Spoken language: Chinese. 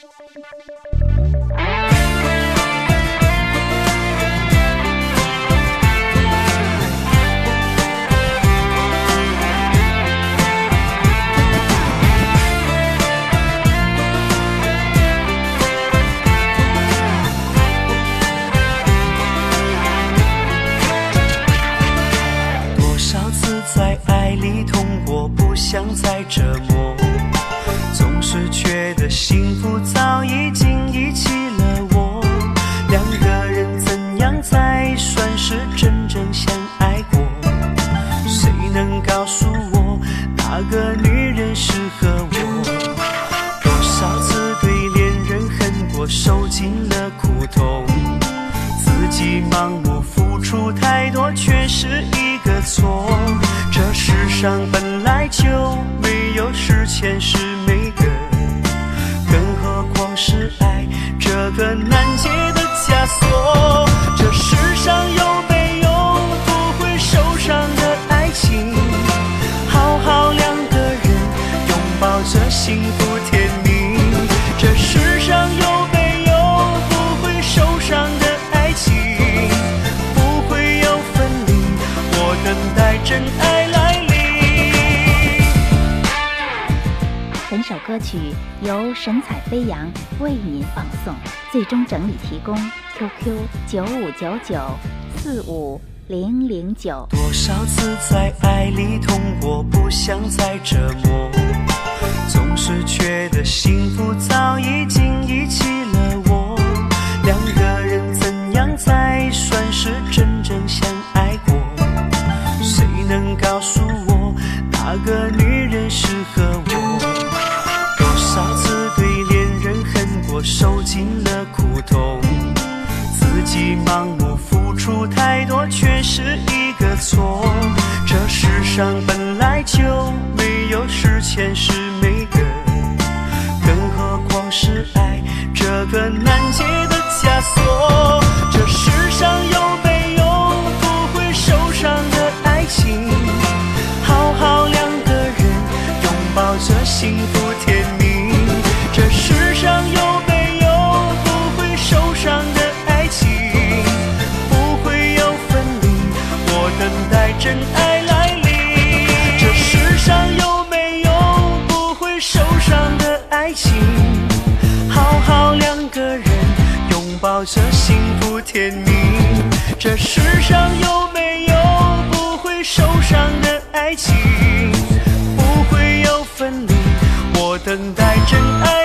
像在折磨，总是觉得幸福早已经遗弃了我。两个人怎样才算是真正相爱过？谁能告诉我哪个女人适合我？多少次对恋人恨过，受尽了苦痛，自己盲目付出太多，却是一个错。这世上本来就没有是前是美的，更何况是爱这个难解的枷锁。这世上有没有不会受伤的爱情？好好两个人拥抱着幸福甜蜜。这世上有没有不会受伤的爱情？不会有分离，我等待真爱来临。 本首歌曲由神采飞扬为您放送，最终整理提供 QQ 9599450009。 多少次在爱里痛过，不想再折磨，总是觉得幸福早已经遗弃了我。两个人怎样才算是真正相爱过？谁能告诉我哪个女人适合我？多少次对恋人恨过，受尽了苦痛，自己盲目付出太多，却是一个错。这世上本来就没有是前是美的，更何况是爱这个难解的枷锁。这世上有没有不会受伤的爱情？好好两个人拥抱着幸福甜蜜。这世上有没有不会受伤的爱情？不会有分离，我等待真爱来临。这世上有没有不会受伤的爱情？好好两个人拥抱着幸福甜蜜。这世上有没有不会受伤的爱情？不会有分离，我等待真爱。